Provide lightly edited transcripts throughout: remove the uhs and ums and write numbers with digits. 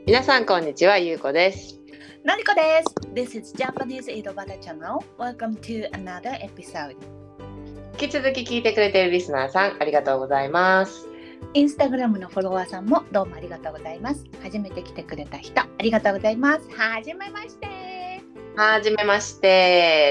皆さんこんにちは、ゆうこです。 のりこです。This is Japanese 井戸端 Channel. Welcome to another episode. 引き続き聞いてくれているリスナーさん、ありがとうございます。 インスタグラムのフォロワーさんもどうもありがとうございます。初めて来てくれた人、ありがとうございます。はじめまして。 はじめまして。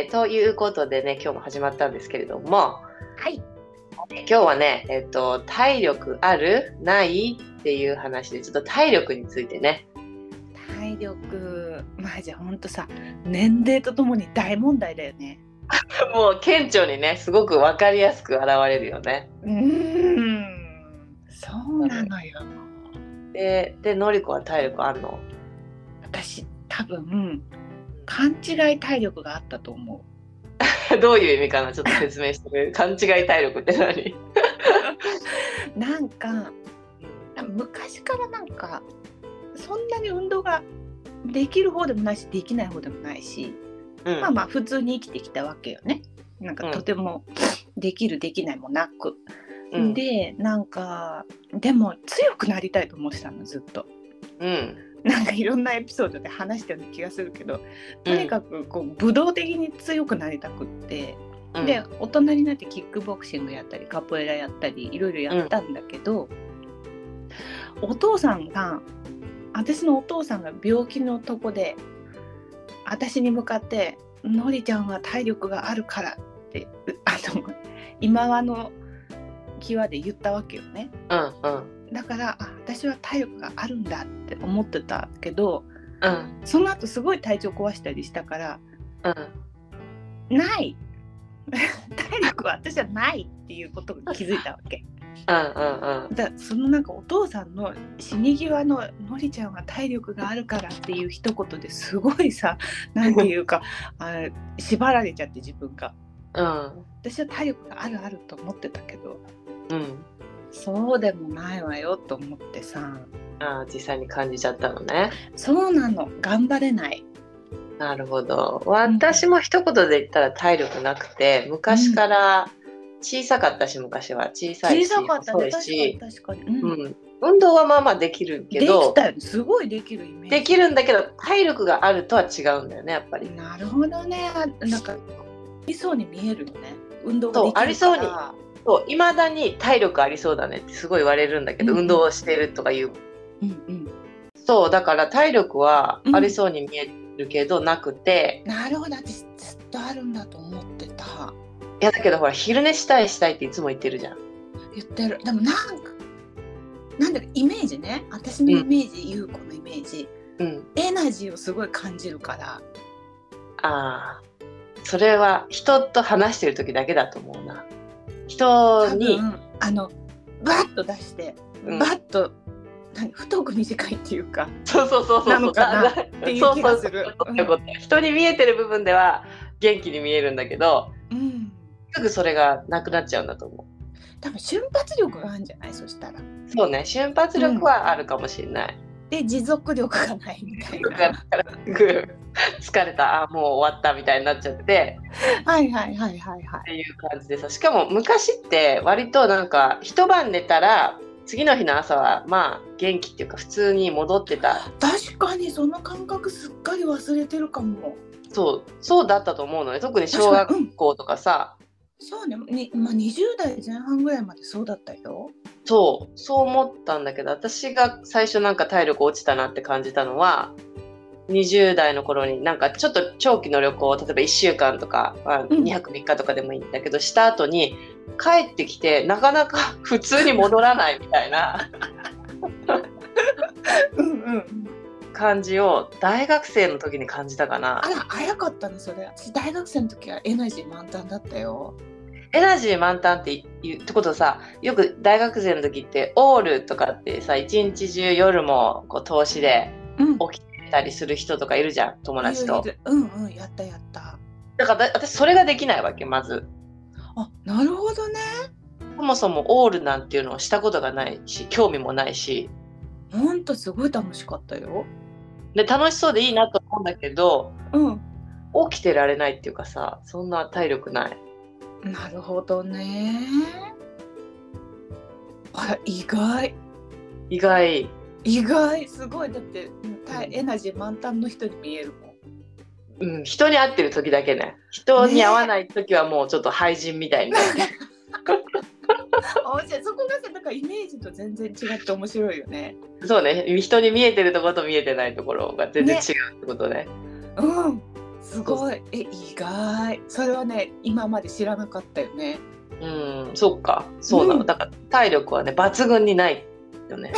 ということでね、今日も始まったんですけれども、 はい。 今日はね、体力ある？ない？っていう話で、ちょっと体力についてね。 体力、マジほんとさ、年齢とともに大問題だよね。 もう顕著にね、すごく分かりやすく現れるよね。 そうなのよ。 で、のりこは体力あるの？ 私、多分、勘違い体力があったと思う。 どういう意味かな、ちょっと説明してくれる？勘違い体力って何？ なんか昔からそんなに運動ができる方でもないしできない方でもないし、まあ普通に生きてきたわけよね。とてもできるできないもなく、ででも強くなりたいと思ってたのずっと。いろんなエピソードで話したような気がするけど、とにかく武道的に強くなりたくって、で大人になってキックボクシングやったりカポエラやったりいろいろやったんだけど、私のお父さんが病気のとこで私に向かって「のりちゃんは体力があるから」って今はの際で言ったわけよね。だから私は体力があるんだって思ってたけど、その後すごい体調壊したりしたから、ない体力は私はないっていうことが気づいたわけ。そのお父さんの死に際の「のりちゃんは体力があるから」っていう一言ですごいさ、なんていうか縛られちゃって自分が、私は体力があると思ってたけど、そうでもないわよと思ってさ。 実際に感じちゃったのね。 そうなの、頑張れない。 なるほど。私も一言で言ったら体力なくて、昔から小さかったし、昔は小さいし細いし、 確かに、 運動はまあまあできるけど、 できたよ、すごいできるイメージ。 できるんだけど体力があるとは違うんだよね、やっぱり。 なるほどね。ありそうに見えるよね、運動ができるから。 ありそうに、いまだに体力ありそうだねってすごい言われるんだけど、運動をしてるとかいう、そうだから体力はありそうに見えるけど、なくて。 なるほど、私ずっとあるんだと思ってた。 いやだけどほら、昼寝したいっていつも言ってるじゃん。 言ってる。でもなんだろう、イメージね、私のイメージ、優子のイメージ、エナジーをすごい感じるから。 それは人と話してる時だけだと思うな。人にバッと出して、バッと太く短いっていうか、 そうなのかなっていう気がする。 人に見えてる部分では元気に見えるんだけど、すぐそれがなくなっちゃうんだと思う。 多分瞬発力があるんじゃない？そしたら。 そうね、瞬発力はあるかもしれない。 で持続力がないみたいな。 疲れた、もう終わったみたいになっちゃって。 っていう感じでさ、しかも昔って割と一晩寝たら次の日の朝はまあ元気っていうか普通に戻ってた。 確かにその感覚すっかり忘れてるかも。 そうだったと思うのね、特に小学校とかさ。 そうね、20代前半ぐらいまでそうだったよ。 そう思ったんだけど、私が最初体力落ちたなって感じたのは20代の頃にちょっと長期の旅行、例えば1週間とか、2泊3日とかでもいいんだけど、した後に帰ってきてなかなか普通に戻らないみたいな感じを大学生の時に感じたかな。 早かったねそれ。私大学生の時はエナジー満タンだったよ。 エナジー満タンって言うってことさ、よく大学生の時ってオールとかってさ、一日中夜も投資で起きてたりする人とかいるじゃん、友達と。 やった。 だから私それができないわけ、まず。 なるほどね。 そもそもオールなんていうのをしたことがないし、興味もないし。 ほんとすごい楽しかったよ。 で楽しそうでいいなと思うんだけど、起きてられないっていうかさ、そんな体力ない。 なるほどね。意外。 意外すごい。だってエナジー満タンの人に見えるもん。 人に会ってる時だけね。人に会わない時はもうちょっと廃人みたいになって。 面白い。そこがさ、だからイメージと全然違って面白いよね。 そうね、人に見えてるところと見えてないところが全然違うってことね。 すごい。意外。それはね、今まで知らなかったよね。 そっか、そうなの。だから体力はね、抜群にないよね。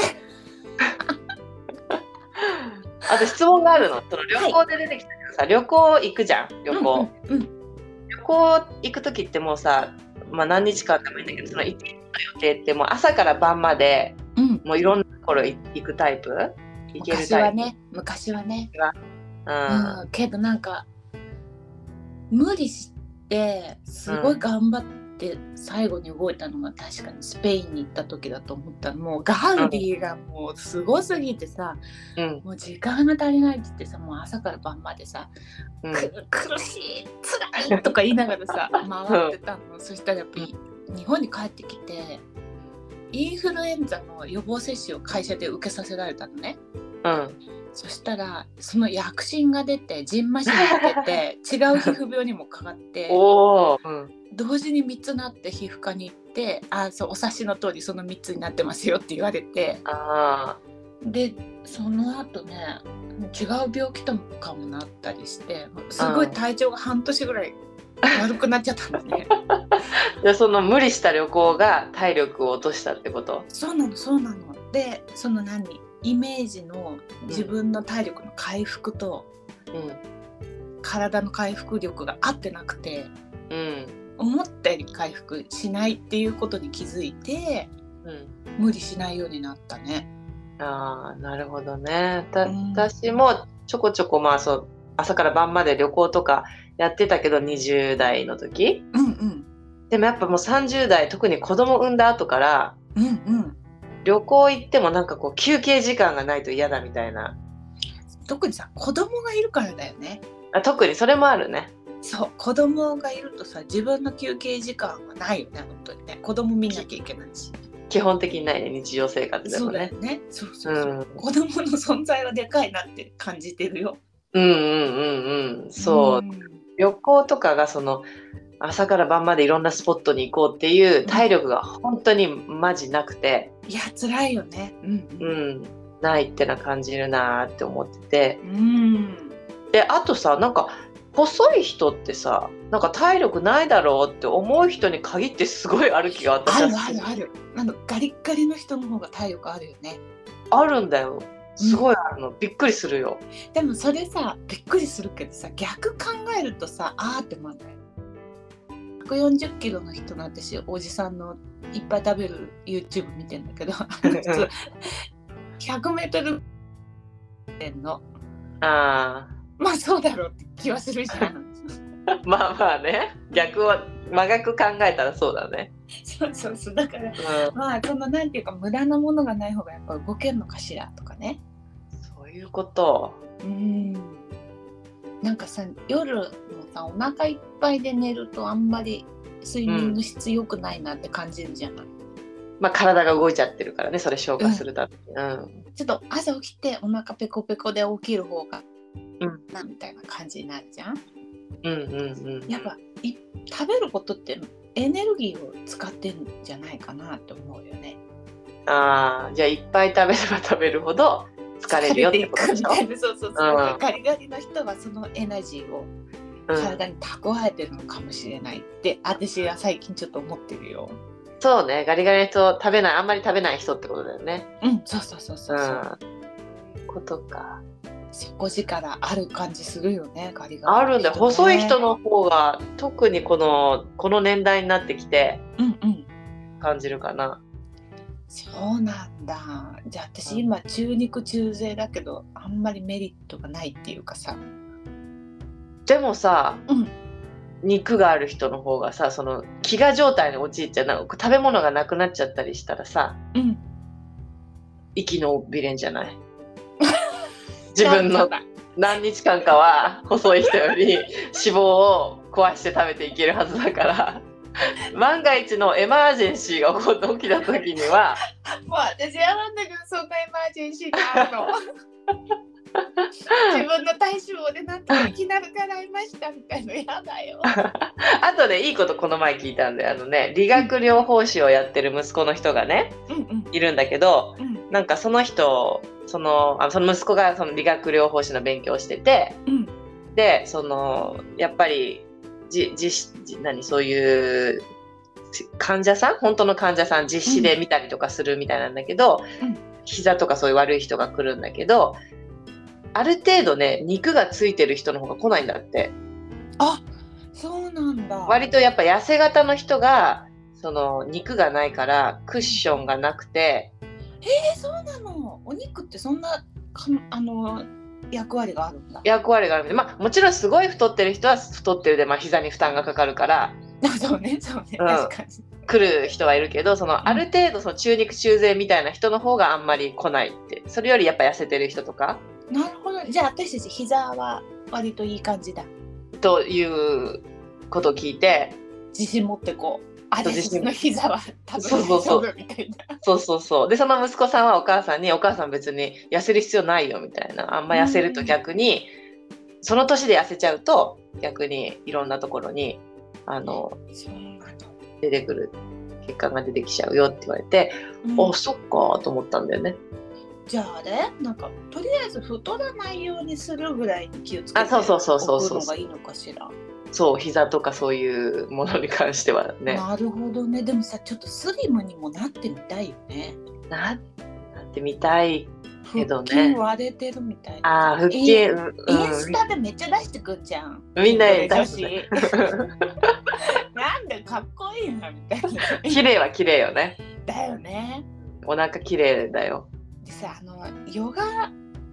あと質問があるの。その旅行で出てきたけどさ、旅行行くじゃん、旅行。旅行行く時ってもうさ、何日間でもいいんだけど、その1日の予定ってもう朝から晩まで、もういろんなところ行くタイプ？行けるタイプ？ 昔はね。けどなんか無理してすごい頑張って最後に動いたのが確かにスペインに行った時だと思ったの。もうガウディがもうすごすぎてさ、もう時間が足りないって言ってさ、もう朝から晩までさ、苦しい辛いとか言いながらさ回ってたの。そしたらやっぱり日本に帰ってきてインフルエンザの予防接種を会社で受けさせられたのね。そしたらその薬疹が出てジンマシンが出て違う皮膚病にもかかって同時に3つなって皮膚科に行ってそうお察しの通りその3つになってますよって言われて、でその後ね違う病気とかもなったりしてすごい体調が半年ぐらい悪くなっちゃったんだね。 でその無理した旅行が体力を落としたってこと？ そうなの。でそのイメージの自分の体力の回復と、体の回復力が合ってなくて、思ったより回復しないっていうことに気づいて、無理しないようになったね。 なるほどね。私もちょこちょこ朝から晩まで旅行とかやってたけど20代の時、でもやっぱもう30代特に子供産んだ後から、旅行行ってもなんかこう休憩時間がないと嫌だみたいな。 特にさ子供がいるからだよね。 特にそれもあるね。 そう子供がいるとさ自分の休憩時間はないよね。本当にね子供見なきゃいけないし基本的にないね日常生活でもね。 そうだよね。そう、子供の存在はでかいなって感じてるよ。 そう、旅行とかがその朝から晩までいろんなスポットに行こうっていう体力が本当にマジなくて、 いや辛いよね。 ないってな感じるなって思ってて、であとさなんか細い人ってさなんか体力ないだろうって思う人に限ってすごいある気が私はする。 あるガリッガリの人の方が体力あるよね。あるんだよ。すごいあるの、びっくりするよ。 でもそれさびっくりするけどさ逆考えるとさって思わない？140キロの人の私おじさんのいっぱい食べる YouTube 見てんだけど100メートルのそうだろうって気はするじゃん。 まあね真逆考えたらそうだね。 そうだから、そのなんていうか無駄なものがない方がやっぱ動けるのかしらとかね。 そういうこと。 なんかさ夜もさお腹いっぱいで寝るとあんまり睡眠の質良くないなって感じるじゃない。 体が動いちゃってるからねそれ消化するために、 ちょっと朝起きてお腹ペコペコで起きる方がみたいな感じになるじゃん。やっぱ食べることってエネルギーを使ってんじゃないかなと思うよね。 じゃあいっぱい食べれば食べるほど疲れるよってことでしょ。 そうガリガリの人はそのエナジーを体に蓄えてるのかもしれないって、私は最近ちょっと思ってるよ。 そうね、ガリガリの人あんまり食べない人ってことだよね。 そうことか。 底力ある感じするよね、ガリガリ、 あるんだよ。細い人の方が特にこの年代になってきて感じるかな。 そうなんだ。じゃあ私今中肉中背だけどあんまりメリットがないっていうかさ。 でもさ、肉がある人の方がさその飢餓状態に陥っちゃう食べ物がなくなっちゃったりしたらさ、生き延びれんじゃない？自分の何日間かは細い人より脂肪を壊して食べていけるはずだから万が一のエマージェンシーが起きた時にはもう私やるんだけど、そんなエマージェンシーがあるの。自分の体脂肪でなんとかいきなり習いましたみたいなのやだよ。 あとね、いいことこの前聞いたんで、理学療法士をやってる息子の人がね、いるんだけど、なんかその人、その息子がその理学療法士の勉強をしてて、で、やっぱりそういう患者さん、本当の患者さん実施で見たりとかするみたいなんだけど、膝とかそういう悪い人が来るんだけど、ある程度ね、肉がついてる人の方が来ないんだって。 あ、そうなんだ。 割とやっぱ痩せ型の人が肉がないからクッションがなくて。 そうなの。お肉ってそんな役割があるんだ。 役割があるんで、まあもちろんすごい太ってる人は太ってるで、膝に負担がかかるから。 そうね、確かに。 来る人はいるけど、ある程度中肉中背みたいな人の方があんまり来ないって。それよりやっぱ痩せてる人とか。 なるほど。じゃあ私たち膝は割といい感じだ。 ということを聞いて、 自信持ってこう。私の膝は多分大丈夫みたいな。 そう。で、その息子さんはお母さん別に痩せる必要ないよみたいな。あんま痩せると逆に、その年で痩せちゃうと逆にいろんなところに出てくる結果が出てきちゃうよって言われて、そっかと思ったんだよね。 じゃあね、なんかとりあえず太らないようにするぐらいに気をつけておくのがいいのかしら。 そう、膝とかそういうものに関してはね。 なるほどね。でもさ、ちょっとスリムにもなってみたいよね。 なってみたいけどね。 腹筋割れてるみたいな。 腹筋、 インスタでめっちゃ出してくんじゃん。 みんな出してなんでかっこいいなみたいな。 綺麗は綺麗よね。 だよね。 お腹綺麗だよ。 でさ、ヨガ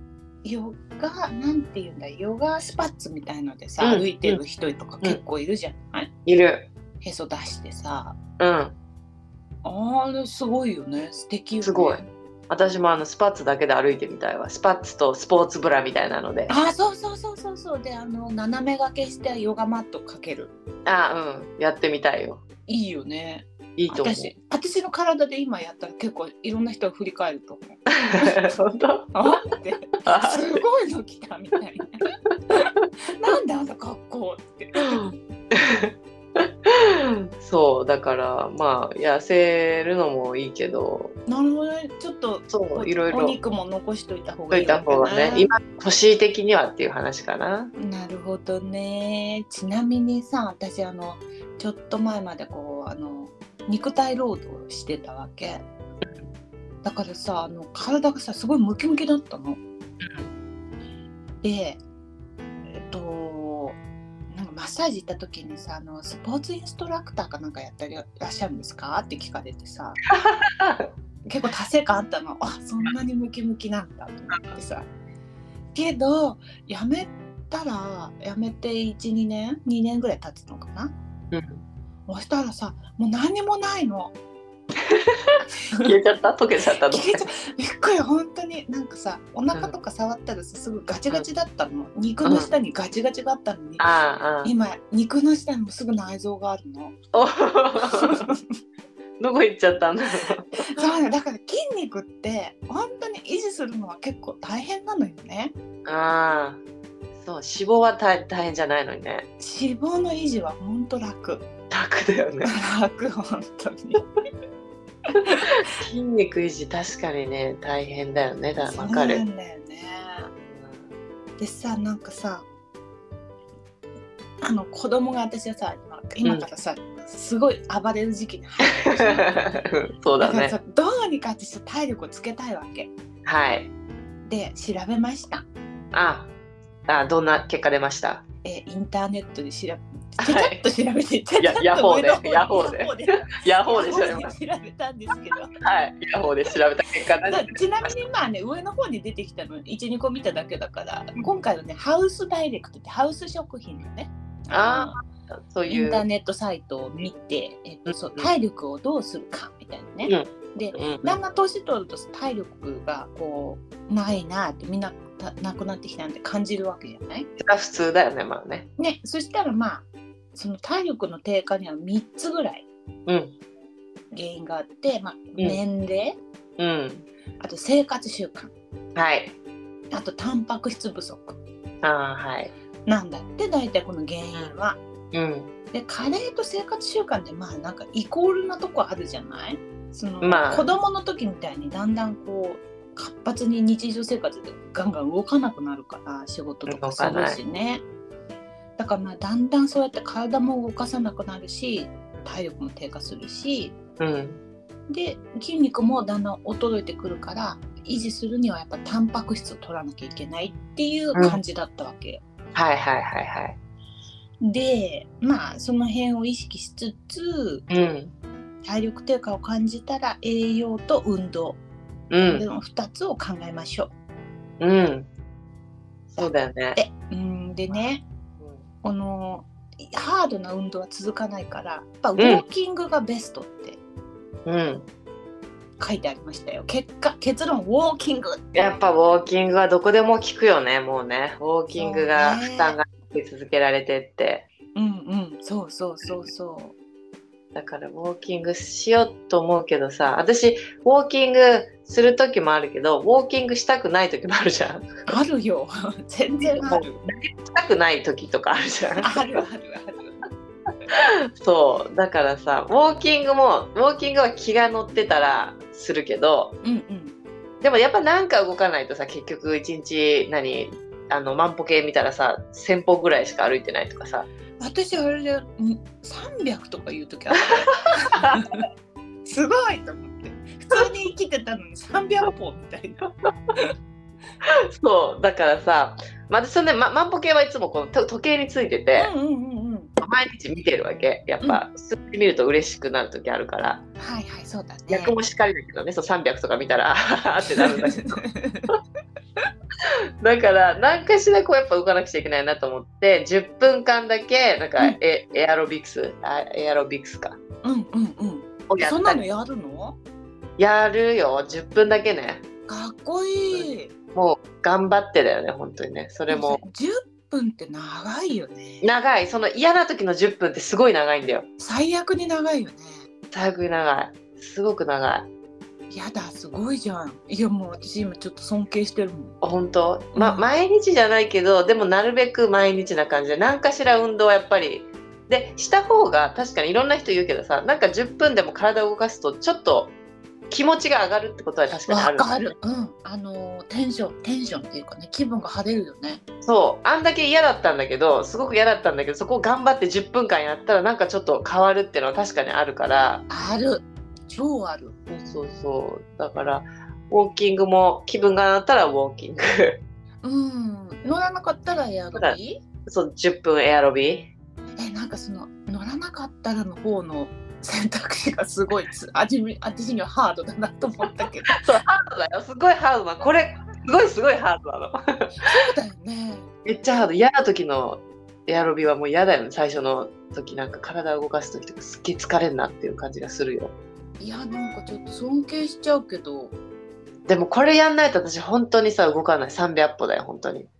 なんていうんだ、ヨガスパッツみたいのでさ、歩いてる人とか結構いるじゃない、 いる。 へそ出してさ、 あれすごいよね。素敵よね。 すごい。私もスパッツだけで歩いてみたいわ。スパッツとスポーツブラみたいなので。 そうで、斜め掛けしてヨガマットかける。 やってみたいよ。 いいよね。 いいと思う。 私の体で今やったら結構いろんな人が振り返ると思う。 本当？ ってすごいの来たみたいな。なんであんな格好って。 そうだからまあ痩せるのもいいけど。 なるほどね。ちょっといろいろお肉も残しといた方がいいわけね。 今年的にはっていう話かな。 なるほどね。ちなみにさ、私ちょっと前までこう肉体労働をしてたわけ。だからさ、体がさすごいムキムキだったの。で、なんかマッサージ行った時にさ、スポーツインストラクターかなんかやってらっしゃるんですかって聞かれてさ、結構達成感あったの。そんなにムキムキなんだと思ってさ。けどやめて2年ぐらい経つのかな。そしたらさ、もう何もないの。 消えちゃった？溶けちゃったの？ びっくり、本当に。なんかさ、お腹とか触ったらすぐガチガチだったの。肉の下にガチガチがあったのに、今肉の下にもすぐ内臓があるの。 どこ行っちゃったんだろう。 そうね、だから筋肉って本当に維持するのは結構大変なのよね。 そう、脂肪は大変じゃないのにね。 脂肪の維持は本当楽だよね。 楽、本当に。 筋肉維持確かにね大変だよね。わかる。 そうなんだよね。でさ、なんかさ、子供が私はさ今からさ、すごい暴れる時期に入る。そうだね。だからさ、どうにか私体力をつけたいわけ。 はい。 で調べました。 どんな結果出ました？ インターネットでちゃっと調べて、 ヤホーで調べたんですけど、 ヤホーで調べた結果何？ ちなみにまあね、上の方に出てきたの 1,2 個見ただけだから、今回はね、ハウスダイレクトってハウス食品のね、そういうインターネットサイトを見て、体力をどうするかみたいなね。で、だんだん年取ると体力がこうないなってみんななくなってきたんで感じるわけじゃない？ 普通だよね、まあね。 そしたらまあその体力の低下には3つぐらい原因があって、年齢、 うん。 あと生活習慣。 はい。 あとタンパク質不足。 はい。 なんだって大体この原因は。 うん。 で加齢と生活習慣ってまあなんかイコールなとこあるじゃない？その、子供の時みたいにだんだんこう活発に日常生活でガンガン動かなくなるから仕事とかするしね。だからまあだんだんそうやって体も動かさなくなるし体力も低下するし、 うん、 で筋肉もだんだん衰えてくるから維持するにはやっぱタンパク質を取らなきゃいけないっていう感じだったわけよ。 はいはいはいはい。 でまあその辺を意識しつつ、体力低下を感じたら栄養と運動、これの2つを考えましょう。うん。そうだよね。 でね、このハードな運動は続かないからやっぱウォーキングがベストって書いてありましたよ。結論ウォーキング。 やっぱウォーキングはどこでも効くよね。もうねウォーキングが負担が続けられてって。 そう。 だからウォーキングしようと思うけどさ、私ウォーキングする時もあるけどウォーキングしたくない時もあるじゃん。 あるよ全然ある。 したくない時とかあるじゃん。 あるそうだからさウォーキングは気が乗ってたらするけど、でもやっぱなんか動かないとさ結局一日万歩計見たらさ1000歩ぐらいしか歩いてないとかさ。 私あれで300とか言う時あったすごいと思って普通に生きてたのに300歩みたいなそうだからさ、私はね、万歩計はいつもこの時計についてて、毎日見てるわけ。やっぱ数字見ると嬉しくなる時あるから。 はいそうだね。 逆もしっかりだけどね、そう300とか見たらってなるんだけどだから何かしらこうやっぱ動かなくちゃいけないなと思って10分間だけなんか、エアロビクスかそんなのやるの？ やるよ。10分だけね。 かっこいい。 もう頑張ってだよね本当にね。それも 10分って長いよね。 長い。その嫌な時の10分ってすごい長いんだよ。 最悪に長いよね。 最悪に長い。すごく長い。 やだすごいじゃん。いやもう私今ちょっと尊敬してるもん。 本当、毎日じゃないけどでもなるべく毎日な感じで何かしら運動はやっぱりでした方が確かにいろんな人言うけどさなんか10分でも体を動かすとちょっと気持ちが上がるってことは確かにある。 わかる。テンションっていうかね気分が晴れるよね。 そうあんだけ嫌だったんだけどすごく嫌だったんだけどそこを頑張って10分間やったらなんかちょっと変わるっていうのは確かにあるから。 ある。超ある。 そうだからウォーキングも気分が上がったらウォーキング乗らなかったらエアロビ？ そう10分エアロビ。 なんかその乗らなかったらの方の選択肢がすごい私にはハードだなと思ったけどそうハードだよ。すごいハードだ。これすごいハードなのそうだよね。 めっちゃハード。嫌な時のエアロビはもう嫌だよね。最初の時なんか体を動かす時とかすっげえ疲れんなっていう感じがするよ。 いやなんかちょっと尊敬しちゃうけどでもこれやんないと私本当にさ動かない。300歩だよ本当に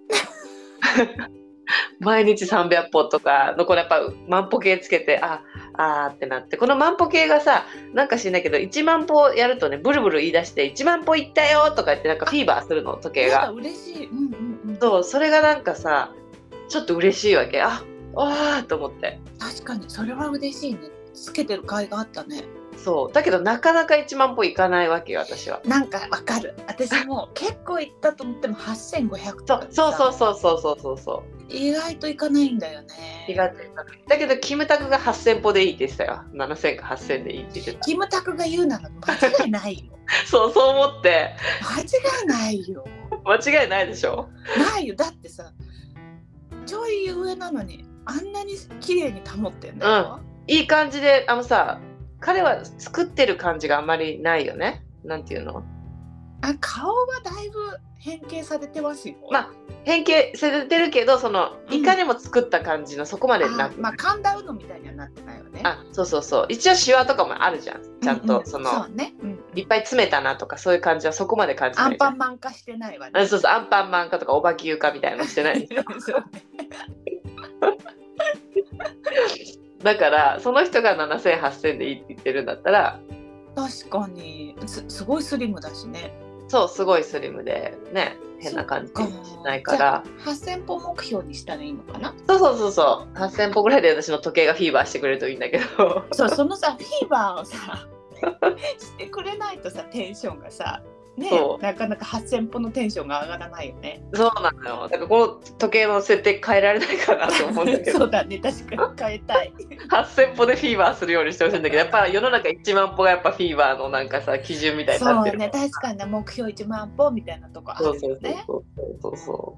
毎日300歩とかのこれやっぱ万歩計つけてあーってなってこの万歩計がさなんか知んないけど1万歩やるとねブルブル言い出して1万歩いったよとか言ってなんかフィーバーするの時計が。 嬉しい。 そうそれがなんかさちょっと嬉しいわけ。わーと思って。 確かにそれは嬉しいね。つけてる甲斐があったね。 そうだけどなかなか1万歩いかないわけよ私は。 なんかわかる。私も結構いったと思っても8500とかそう意外といかないんだよね。 意外といかない。だけどキムタクが8000歩でいいって言ってたよ。7000か8000でいいって言ってた。 キムタクが言うなら間違いないよそう思って間違いないよ。 間違いないでしょ。 ないよ。だってさちょい上なのにあんなに綺麗に保ってんだよ。 いい感じでさ彼は作ってる感じがあんまりないよね。なんていうの顔はだいぶ変形されてますよ。 変形されてるけどそのいかにも作った感じのそこまでなって神田うのみたいにはなってないよね。 そう一応シワとかもあるじゃん。ちゃんとそうね、 いっぱい詰めたなとかそういう感じはそこまで感じない。 アンパンマン化してないわね。 そうアンパンマン化とかおばきゅう化みたいなのしてないだからその人が7000、8000でいいって言ってるんだったら確かにすごいスリムだしね。 そう、すごいスリムでね、変な感じしないから。 8000歩目標にしたらいいのかな。 そう8000歩ぐらいで私の時計がフィーバーしてくれるといいんだけど。 そうそのさフィーバーをさしてくれないとさテンションがさね、なかなか8000歩のテンションが上がらないよね。 そうなのよ。だからこの時計の設定変えられないかなと思うんだけど。 そうだね、確かに変えたい。 8000歩でフィーバーするようにしてほしいんだけど、やっぱ世の中1万歩がやっぱフィーバーのなんかさ基準みたいになってる。 そうね、確かに目標1万歩みたいなとこあるよね。 そう。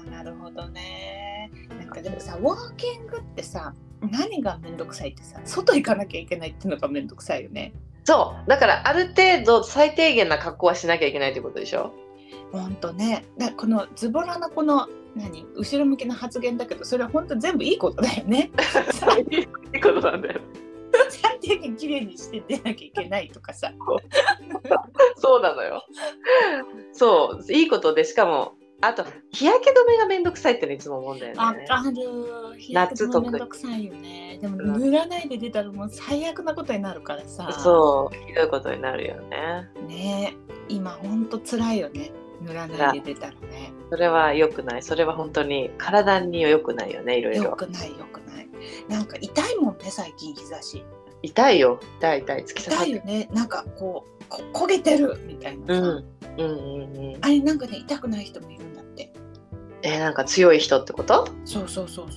なるほどね。なんかでもさ、ウォーキングってさ、何がめんどくさいってさ、外行かなきゃいけないっていうのがめんどくさいよね。 そうだからある程度最低限な格好はしなきゃいけないってことでしょ。 ほんとね。このズボラなこの後ろ向きな発言だけど、それは本当全部いいことだよね。 いいことなんだよ。 最低限きれいにして出なきゃいけないとかさ。 そうなのよ。そういいことで、しかもあと日焼け止めがめんどくさいってのいつも思うんだよね。 わかる。日焼け止めめんどくさいよね。でも塗らないで出たらもう最悪なことになるからさ。 そうひどいことになるよね。 ねえ、今ほんと辛いよね。塗らないで出たらね。 それは良くない。それは本当に体には良くないよね。いろいろ。 良くない。なんか痛いもんね、最近日差し。 痛いよ。痛い。突き刺さ痛いよね。なんかこう焦げてるみたいなさ。あれなんかね、痛くない人もいるんだって。 なんか強い人ってこと？ そう。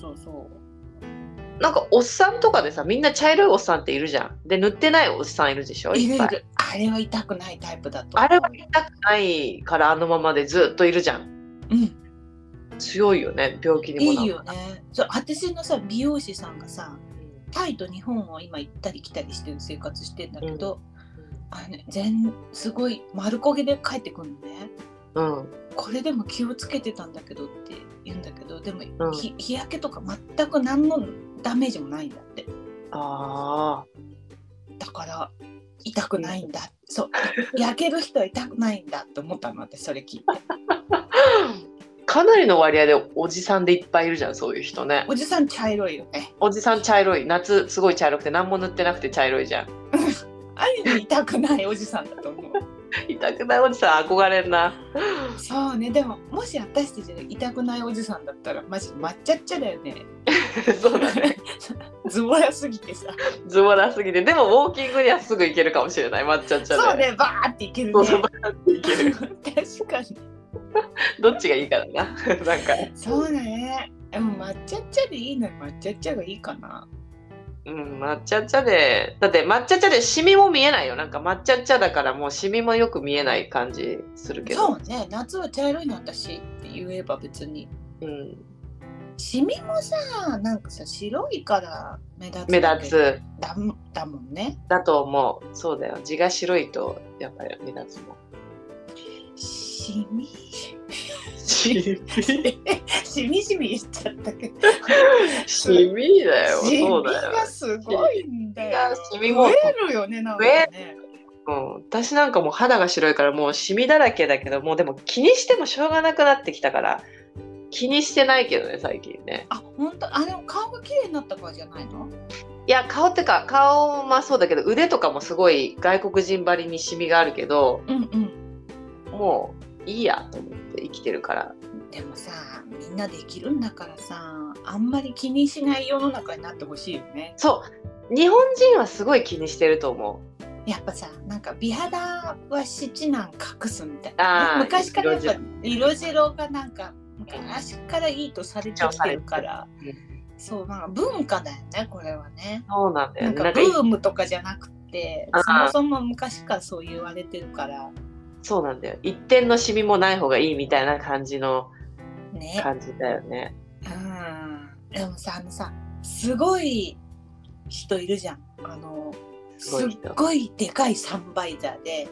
なんかおっさんとかでさ、みんな茶色いおっさんっているじゃん。で塗ってないおっさんいるでしょ。 いる。あれは痛くないタイプだと。 あれは痛くないからあのままでずっといるじゃん。強いよね、病気にもなる。 いいよね。そう私のさ美容師さんがさ、タイと日本を今行ったり来たりしてる生活してんだけど、すごい丸焦げで帰ってくるのね。これでも気をつけてたんだけどって言うんだけど、でも、日焼けとか全く何のダメージもないんだって。だから痛くないんだ。そう焼ける人は痛くないんだって思ったの、私それ聞いて。 かなりの割合でおじさんでいっぱいいるじゃん、そういう人ね。 おじさん茶色いよね。 おじさん茶色い。夏すごい茶色くて何も塗ってなくて茶色いじゃん。 あれ痛くないおじさんだと思う。 痛くないおじさん憧れんな。 そうね。でももし私たちで痛くないおじさんだったらマジ抹茶っちゃだよね。 そうだね。 ズボラすぎてさ。 ズボラすぎて、でもウォーキングにはすぐ行けるかもしれない。抹茶っちゃで。 そうね、バーって行けるね。 そうバーって行ける。 確かに。 どっちがいいかだな。なんか。 そうね。でも抹茶っちゃでいいのに抹茶っちゃがいいかな。 抹茶茶で、だって抹茶茶でシミも見えないよ。なんか抹茶茶だからもうシミもよく見えない感じするけど。 そうね、夏は茶色いの私って言えば別に。シミもさ、なんかさ白いから目立つだもんね。 だと思う。そうだよ。地が白いとやっぱり目立つもん。 シミ言っちゃったけど。 シミだよ。そうだよ。 シミがすごいんだよ。 シミも増えるよね、なんかね。 私なんかもう肌が白いからもうシミだらけだけど、もうでも気にしてもしょうがなくなってきたから気にしてないけどね、最近ね。 本当。でも顔が綺麗になったからじゃないの？ いや、顔まあそうだけど、腕とかもすごい外国人ばりにシミがあるけど、もういいやと思って生きてるから。 でもさ、みんなできるんだからさ、あんまり気にしない世の中になってほしいよね。 そう、日本人はすごい気にしてると思う。 やっぱさ、なんか美肌は七難隠すみたいな、昔からやっぱ色白がなんか昔からいいとされてきてるから、そうなんか文化だよね、これはね。 そうなんだよね。 なんかブームとかじゃなくて、そもそも昔からそう言われてるから。 そうなんだよ。一点のシミもない方がいいみたいな感じの感じだよね。 でもさ、すごい人いるじゃん。すっごいでかいサンバイザーで、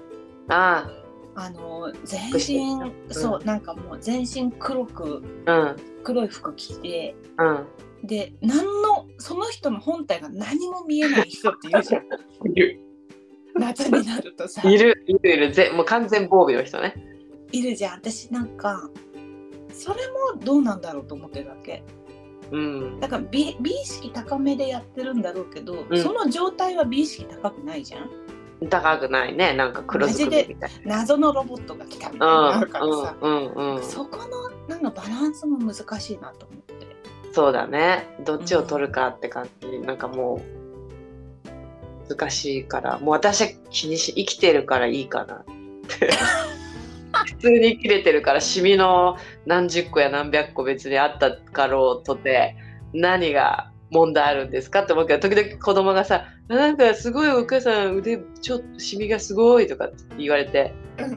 全身、そうなんかもう全身黒い服着て、でその人の本体が何も見えない人っているじゃん。夏になるとさ。 いるもう完全防備の人ね。 いるじゃん。私なんかそれもどうなんだろうと思ってるわけ。だから美意識高めでやってるんだろうけど、その状態は美意識高くないじゃん。 高くないね、なんか黒ずくめみたいな。謎のロボットが来たみたいになるからさ、そこのなんかバランスも難しいなと思って。 そうだね、どっちを取るかって感じ、なんかもう難しいから、もう私は生きてるからいいかなって普通に生きれてるから、シミの何十個や何百個別にあったかろうとて何が問題あるんですかって思うけど、時々子供がさ、なんかすごいお母さん腕ちょっとシミがすごいとかって言われて、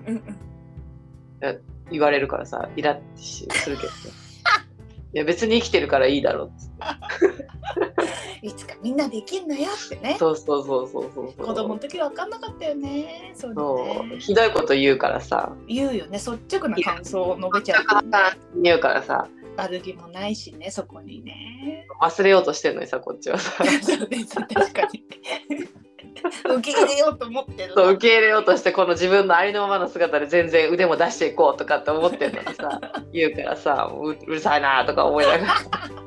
言われるからさ、イラッとするけどいや別に生きてるからいいだろういつかみんなできんのよってね。 そう子供の時分かんなかったよね。 そうひどいこと言うからさ、 言うよね、率直な感想を述べちゃう、ね、 言うからさ、 悪気もないしね、そこにね。 忘れようとしてるのにさ、こっちはさそうです、確かに受け入れようと思ってる。 そう、受け入れようとして、この自分のありのままの姿で全然腕も出していこうとかって思ってるのにさ言うからさ、うるさいなとか思いながら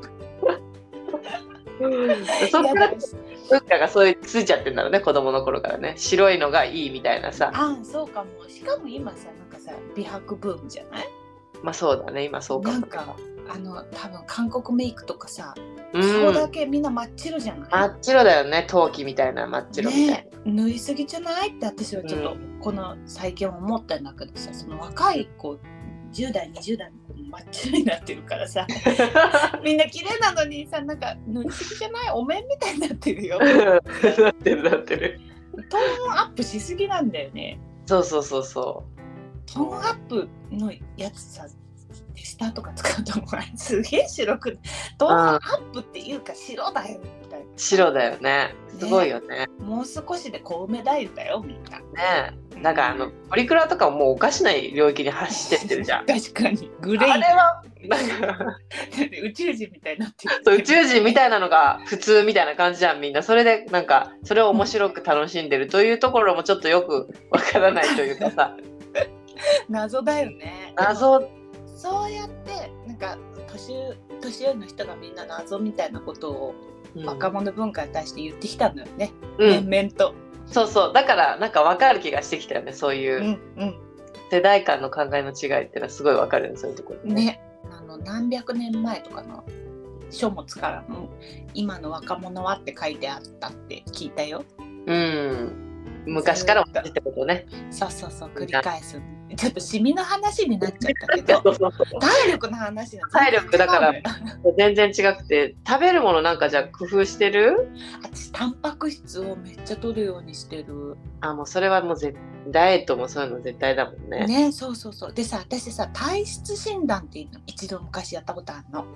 そっから文化がそういうついちゃってんだろうね、子供の頃からね。白いのがいいみたいなさ。 ああ、そうかも。しかも今さ、なんかさ、美白ブームじゃない？ まあそうだね、今そうかも。 なんか多分韓国メイクとかさ、顔だけみんな真っ白じゃない？ 真っ白だよね、陶器みたいな真っ白みたいな、 ね、塗りすぎじゃないって私はちょっとこの最近思ったんだけどさ、その若い子10代20代の子も真っ白になってるからさみんな綺麗なのにさ、なんか塗りすぎじゃない？お面みたいになってるよなってるトーンアップしすぎなんだよね。 そうトーンアップのやつさ、テスターとか使うとすげえ白く、トーンアップっていうか白だよみたいな。 白だよね、すごいよ ね。 もう少しで小梅太夫だよみんなね。なんかプリクラとかもうおかしな領域に走ってってるじゃん確かにグレー、 あれはなんか宇宙人みたいになってる。 そう、宇宙人みたいなのが普通みたいな感じじゃん、みんな。それでなんかそれを面白く楽しんでるというところもちょっとよくわからないというかさ謎だよね。 謎。 そうやってなんか年寄りの人がみんな謎みたいなことを若者文化に対して言ってきたんだよね、面々と。 そうだからなんか分かる気がしてきたよね、そういう世代間の考えの違いっていうのはすごい分かるよね、そういうところね。 何百年前とかの書物から今の若者はって書いてあったって聞いたよ。昔から同じってことね。そう繰り返す。ちょっとシミの話になっちゃったけど体力の話なんです。 体力だから全然違くて、食べるものなんかじゃあ工夫してる？ 私タンパク質をめっちゃ取るようにしてる。 もうそれはもうダイエットもそういうの絶対だもんね。 ね、そうでさ、私さ体質診断っていうの一度昔やったことあるの。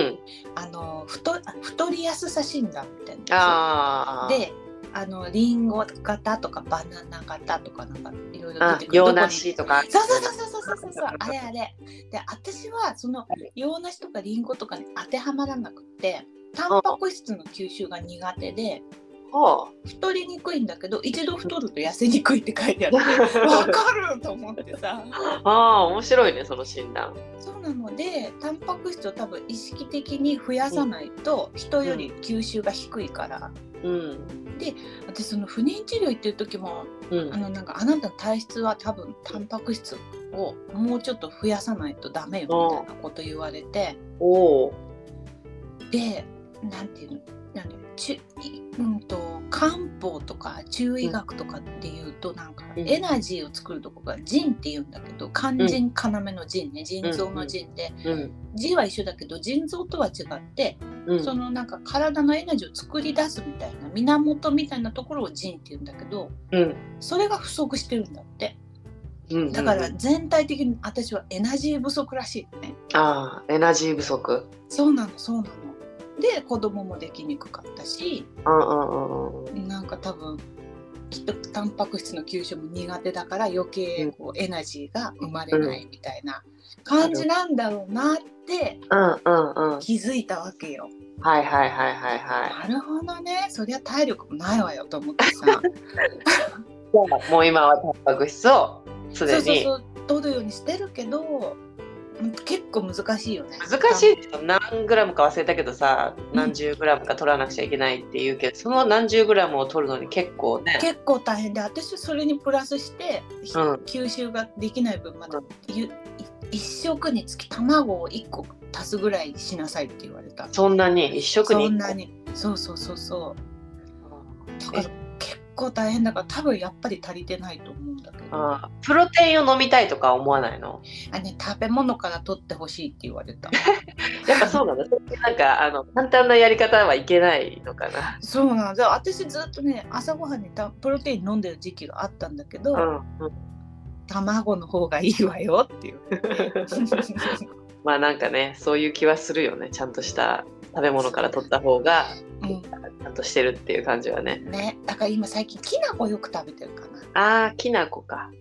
太りやすさ診断みたいなで、リンゴ型とかバナナ型とかなんかいろいろ出てくる。 洋梨とか。 そうあれで、私はその洋梨とかリンゴとかに当てはまらなくて、タンパク質の吸収が苦手で太りにくいんだけど、一度太ると痩せにくいって書いてあってわかると思ってさ面白いね、その診断。 そうなので、タンパク質を多分意識的に増やさないと人より吸収が低いから、で、私その不妊治療行ってる時も、なんかあなたの体質は多分タンパク質をもうちょっと増やさないとダメよみたいなこと言われて、で、なんていうの、漢方とか中医学とかっていうと、なんかエナジーを作るとこが腎っていうんだけど、肝腎要の腎ね、腎臓の腎で、腎は一緒だけど腎臓とは違って、そのなんか体のエナジーを作り出すみたいな源みたいなところを腎っていうんだけど、それが不足してるんだって。だから全体的に私はエナジー不足らしいね。 エナジー不足。 そうなので、子供もできにくかったし、なんか多分きっとタンパク質の吸収も苦手だから余計こうエナジーが生まれないみたいな感じなんだろうなって気づいたわけよ。なるほどね、そりゃ体力もないわよと思ってさもう今はタンパク質をすでに取るようにしてるけど、 結構難しいよね。 難しいですよ。何グラムか忘れたけどさ、何十グラムか取らなくちゃいけないって言うけど、その何十グラムを取るのに結構ね。 結構大変で、私それにプラスして、吸収ができない分まで、一食につき卵を1個足すぐらいしなさいって言われた。 そんなに一食に？ そんなに。そう。だから結構大変だから、多分やっぱり足りてないと思うんだけど。 プロテインを飲みたいとか思わないの？ 食べ物から取ってほしいって言われた。 やっぱそうなんだ。なんか簡単なやり方はいけないのかな。 そうなんだ。私ずっとね、朝ごはんにプロテイン飲んでる時期があったんだけど、卵の方がいいわよっていう。 まあなんかね、そういう気はするよね。ちゃんとした食べ物から取った方がちゃんとしてるっていう感じはね。 ね、だから今最近きな粉よく食べてるかな。 きな粉か。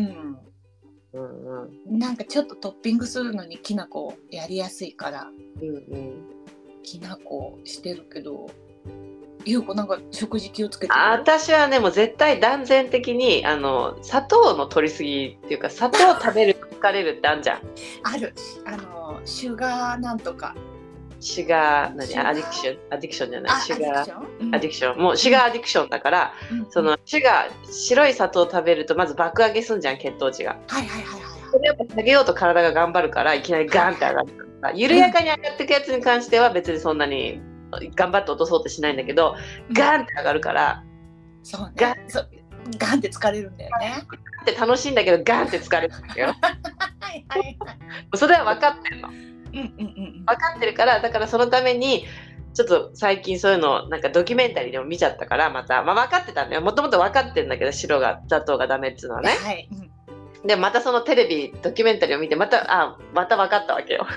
なんかちょっとトッピングするのにきな粉やりやすいから、きな粉してるけど、ゆうこなんか食事気をつけてる？ 私はね、もう絶対断然的に砂糖の取りすぎっていうか、砂糖食べると疲れるってあるじゃん。 ある。シュガーなんとか。 シュガー、アディクション？アディクションじゃない。シュガーアディクション。 もうシュガーアディクションだから、そのシュガー、白い砂糖を食べるとまず爆上げすんじゃん、血糖値が。それやっぱ下げようと体が頑張るから、いきなりガンって上がるから、緩やかに上がっていくやつに関しては別にそんなに頑張って落とそうとしないんだけど、ガンって上がるから、 そうね、ガンって疲れるんだよね。 ガンって楽しいんだけど、ガンって疲れるんだよ。それは分かってるの。分かってるから、だからそのためにちょっと最近そういうのなんかドキュメンタリーでも見ちゃったから、また、分かってたんだよ。もともと分かってるんだけど、白が砂糖がダメっていうのはね。でまたそのテレビドキュメンタリーを見てまた分かったわけよ。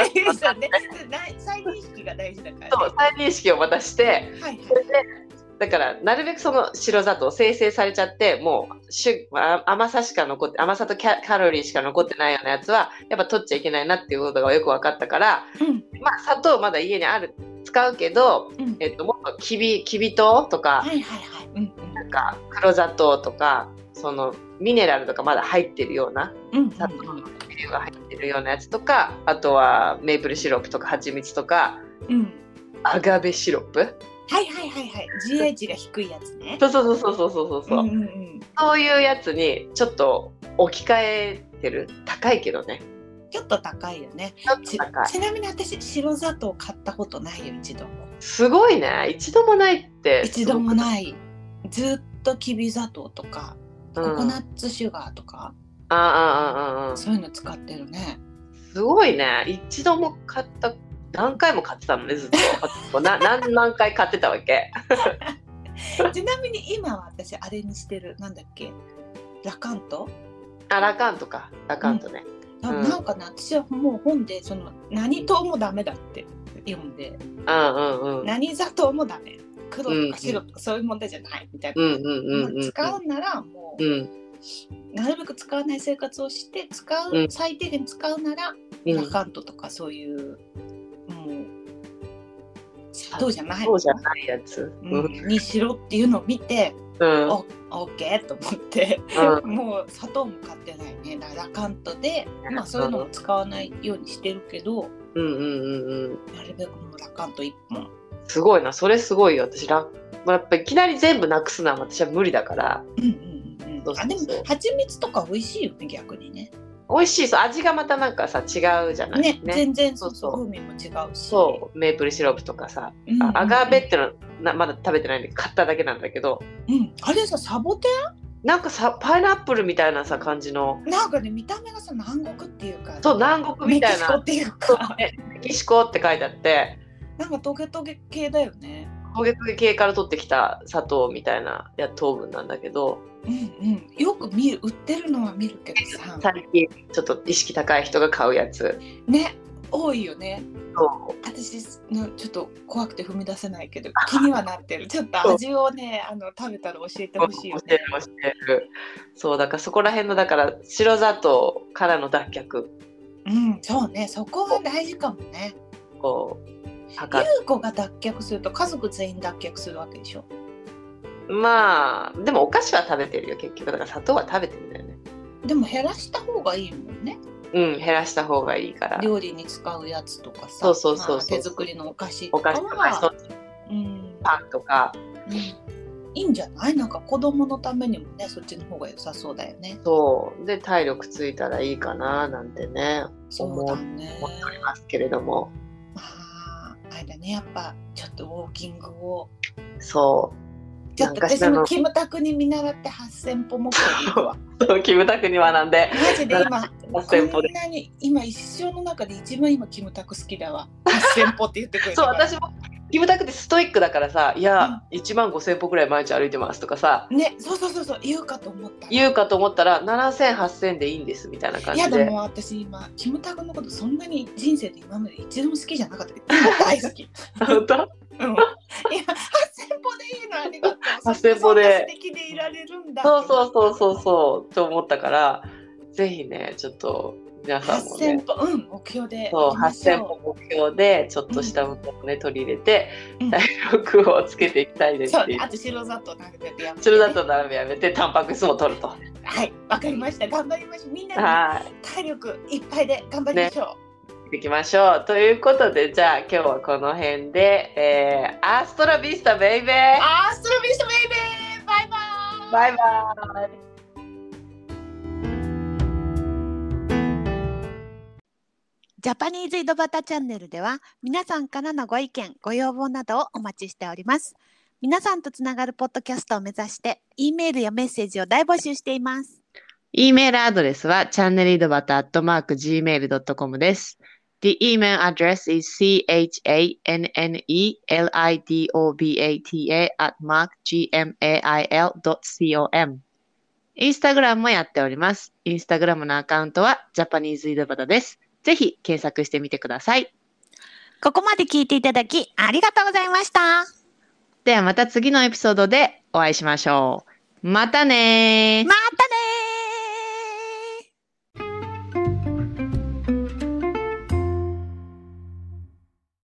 再認識が大事だから、 そう、再認識をまたして、それでだからなるべくその白砂糖生成されちゃって、もう甘さしか残って、甘さとカロリーしか残ってないようなやつはやっぱ取っちゃいけないなっていうことがよく分かったから、砂糖まだ家にある使うけど、もっときび糖とか、なんか黒砂糖とか、そのミネラルとかまだ入ってるような、砂糖のビルが入ってるようなやつとか、あとはメープルシロップとか蜂蜜とか、アガベシロップ、 GH が低いやつね。 そういうやつにちょっと置き換えてる。高いけどね。 ちょっと高いよね。ちなみに私白砂糖買ったことないよ、一度も。 すごいね。一度もないって。 一度もない。ずっときび砂糖とか、ココナッツシュガーとか、そういうの使ってるね。 すごいね。一度も買った。何回も買ってたのね、ずっと。何回買ってたわけ。 ちなみに今は私あれにしてる。なんだっけ、ラカント？ ラカントか。ラカントね。 なんかね、私はもう本で何糖もダメだって読んで、何砂糖もダメ、黒とか白とかそういう問題じゃないみたいな。使うならもう、なるべく使わない生活をして、最低限使うなら、ラカントとかそういう砂糖じゃないやつにしろっていうのを見て、オッケーと思って、もう砂糖も買ってないね。ラカントで、そういうのも使わないようにしてるけど、なるべくもうラカント1本。 すごいな、それすごいよ。私やっぱいきなり全部なくすのは私は無理だから。でも蜂蜜とか美味しいよね、逆にね。 美味しい。そう、味がまたなんかさ違うじゃないね。全然風味も違うし。 そう、メープルシロップとかさ、アガベってのまだ食べてないんで買っただけなんだけど、 あれさ、サボテンなんかさ、パイナップルみたいなさ感じの、 なんかね、見た目がさ、南国っていうか、 そう、南国みたいな、 メキシコっていうか、 メキシコって書いてあって、 なんかトゲトゲ系だよね。 トゲトゲ系から取ってきた砂糖みたいな糖分なんだけど、 よく売ってるのは見るけどさ、 最近ちょっと意識高い人が買うやつね、多いよね。私のちょっと怖くて踏み出せないけど気にはなってる。ちょっと味をね、食べたら教えてほしいよね。 教える。そうだから、そこら辺のだから白砂糖からの脱却。 そうね、そこは大事かもね。優子が脱却すると家族全員脱却するわけでしょ。 でもお菓子は食べてるよ結局。だから砂糖は食べてるんだよね。 でも減らした方がいいもんね。 減らした方がいいから。 料理に使うやつとかさ、 そう、 手作りのお菓子とかは、 パンとか、 いいんじゃない？なんか子供のためにもね、そっちの方が良さそうだよね。 そうで体力ついたらいいかななんてね、 そうだね、 思っておりますけれども。 あれだね、やっぱちょっとウォーキングを。 そうちょっと私もキムタクに見習って8000歩目標でいくわ。 そうキムタクに学んで。 マジで今こんなに今一生の中で一番今キムタク好きだわ。8000歩って言ってくれる。 そう私もキムタクってストイックだからさ、いや、15000歩ぐらい毎日歩いてますとかさ、 ね、そう言うかと思ったら7000、8000でいいんですみたいな感じで。 いやでも私今キムタクのことそんなに人生で今まで一度も好きじゃなかったけど、今大好き。 本当？ いや8000歩でいいの、ありがとう。 8000歩で素敵でいられるんだ。 そうと思ったから、ぜひねちょっと皆さんもね、 8000歩、目標で、 そう8000歩目標でちょっとした運動をね、取り入れて体力をつけていきたいですっていう。 あと白砂糖並べてやめて、 白砂糖並べやめてタンパク質も取ると。 はい、わかりました。頑張りましょう。みんなで体力いっぱいで頑張りましょう。 いきましょう。ということで、じゃあ今日はこの辺で、アストラビスタベイベー。 アストラビスタベイベー。バイバイ。 バイバイ。 ジャパニーズ井戸端チャンネルでは皆さんからのご意見、ご要望などをお待ちしております。皆さんとつながるポッドキャストを目指して、Eメールやメッセージを大募集しています。 Eメールアドレスは channelidobata@gmail.com です。The email address is channelidobata@gmail.com。インスタグラムもやっております。インスタグラムのアカウントはジャパニーズ井戸端です。ぜひ検索してみてください。 ここまで聞いていただきありがとうございました。 ではまた次のエピソードでお会いしましょう。またねー。 またね。